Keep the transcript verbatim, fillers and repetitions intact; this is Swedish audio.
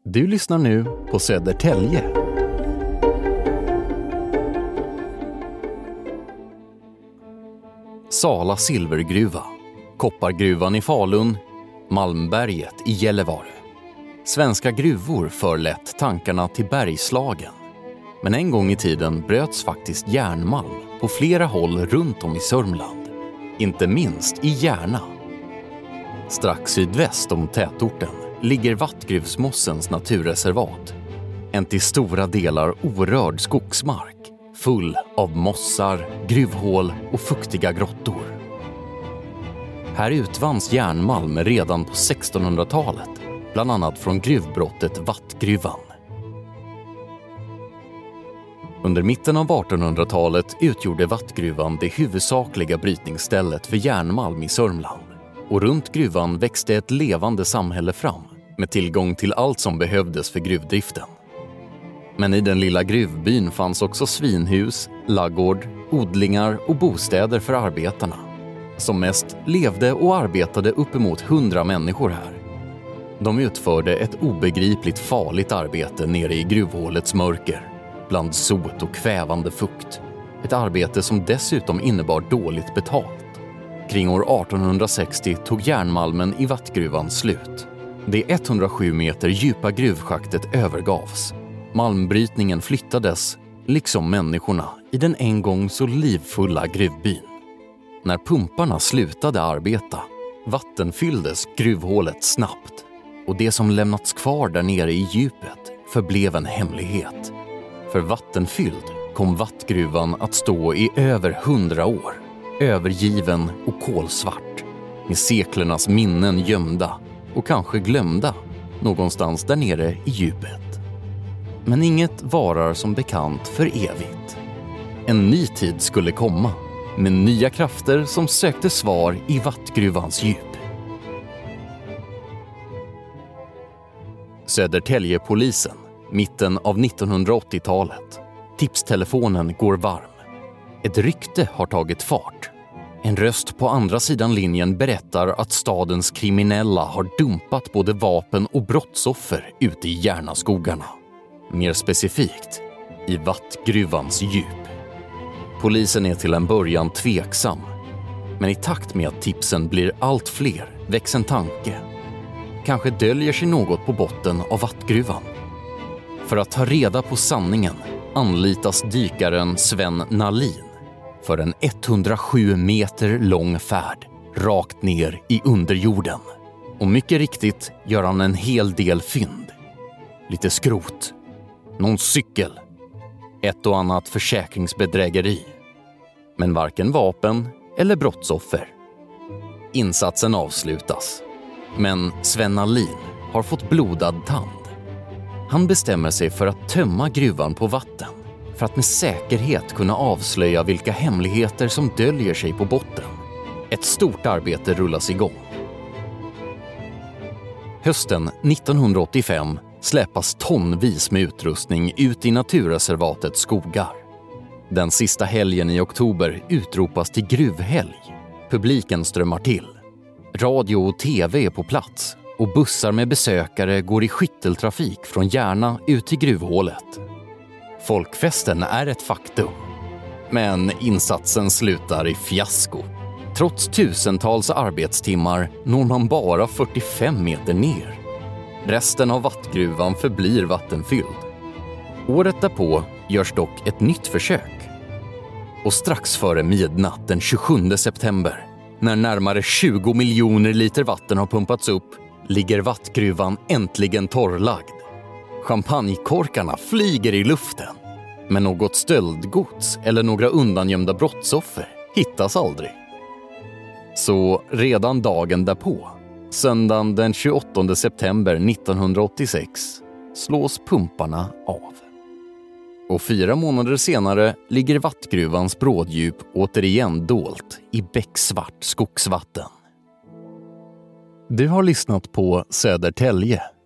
Du lyssnar nu på Södertälje. Sala silvergruva, Koppargruvan i Falun, Malmberget i Gällivare. Svenska gruvor för lätt tankarna till Bergslagen. Men en gång i tiden bröts faktiskt järnmalm på flera håll runt om i Sörmland. Inte minst i Järna. Strax sydväst om tätorten ligger Vattgruvsmossens naturreservat. En till stora delar orörd skogsmark full av mossar, gruvhål och fuktiga grottor. Här utvanns järnmalm redan på sextonhundratalet, bland annat från gruvbrottet Vattgruvan. Under mitten av artonhundratalet utgjorde Vattgruvan det huvudsakliga brytningsstället för järnmalm i Sörmland. Och runt gruvan växte ett levande samhälle fram med tillgång till allt som behövdes för gruvdriften. Men i den lilla gruvbyn fanns också svinhus, laggård, odlingar och bostäder för arbetarna. Som mest levde och arbetade uppemot hundra människor här. De utförde ett obegripligt farligt arbete nere i gruvhålets mörker, bland sot och kvävande fukt. Ett arbete som dessutom innebar dåligt betalt. Kring år artonhundrasextio tog järnmalmen i Vattgruvan slut. Det etthundrasju meter djupa gruvschaktet övergavs. Malmbrytningen flyttades, liksom människorna, i den en gång så livfulla gruvbyn. När pumparna slutade arbeta, vattenfylldes gruvhålet snabbt. Och det som lämnats kvar där nere i djupet förblev en hemlighet. För vattenfylld kom Vattgruvan att stå i över hundra år. Övergiven och kolsvart, med seklernas minnen gömda och kanske glömda någonstans där nere i djupet. Men inget varar som bekant för evigt. En ny tid skulle komma, med nya krafter som sökte svar i Vattgruvans djup. Södertäljepolisen, mitten av nittonhundraåttiotalet. Tipstelefonen går varm. Ett rykte har tagit fart. En röst på andra sidan linjen berättar att stadens kriminella har dumpat både vapen och brottsoffer ute i Järnaskogarna. Mer specifikt, i Vattgruvans djup. Polisen är till en början tveksam. Men i takt med att tipsen blir allt fler väcks en tanke. Kanske döljer sig något på botten av Vattgruvan. För att ta reda på sanningen anlitas dykaren Sven Nalin för en etthundrasju meter lång färd rakt ner i underjorden. Och mycket riktigt gör han en hel del fynd. Lite skrot, någon cykel, ett och annat försäkringsbedrägeri. Men varken vapen eller brottsoffer. Insatsen avslutas. Men Sven Nalin har fått blodad tand. Han bestämmer sig för att tömma gruvan på vatten för att med säkerhet kunna avslöja vilka hemligheter som döljer sig på botten. Ett stort arbete rullas igång. Hösten nittonhundraåttiofem släpas tonvis med utrustning ut i naturreservatets skogar. Den sista helgen i oktober utropas till gruvhelg. Publiken strömmar till. Radio och tv är på plats och bussar med besökare går i skytteltrafik från Järna ut till gruvhålet. Folkfesten är ett faktum. Men insatsen slutar i fiasko. Trots tusentals arbetstimmar når man bara fyrtiofem meter ner. Resten av Vattgruvan förblir vattenfylld. Året därpå görs dock ett nytt försök. Och strax före midnatt den tjugosjunde september, när närmare tjugo miljoner liter vatten har pumpats upp, ligger Vattgruvan äntligen torrlagd. Champagnekorkarna flyger i luften. Men något stöldgods eller några undangömda brottsoffer hittas aldrig. Så redan dagen därpå, söndagen den tjugoåttonde september nittonhundraåttiosex, slås pumparna av. Och fyra månader senare ligger Vattgruvans bråddjup återigen dolt i becksvart skogsvatten. Du har lyssnat på Södertälje.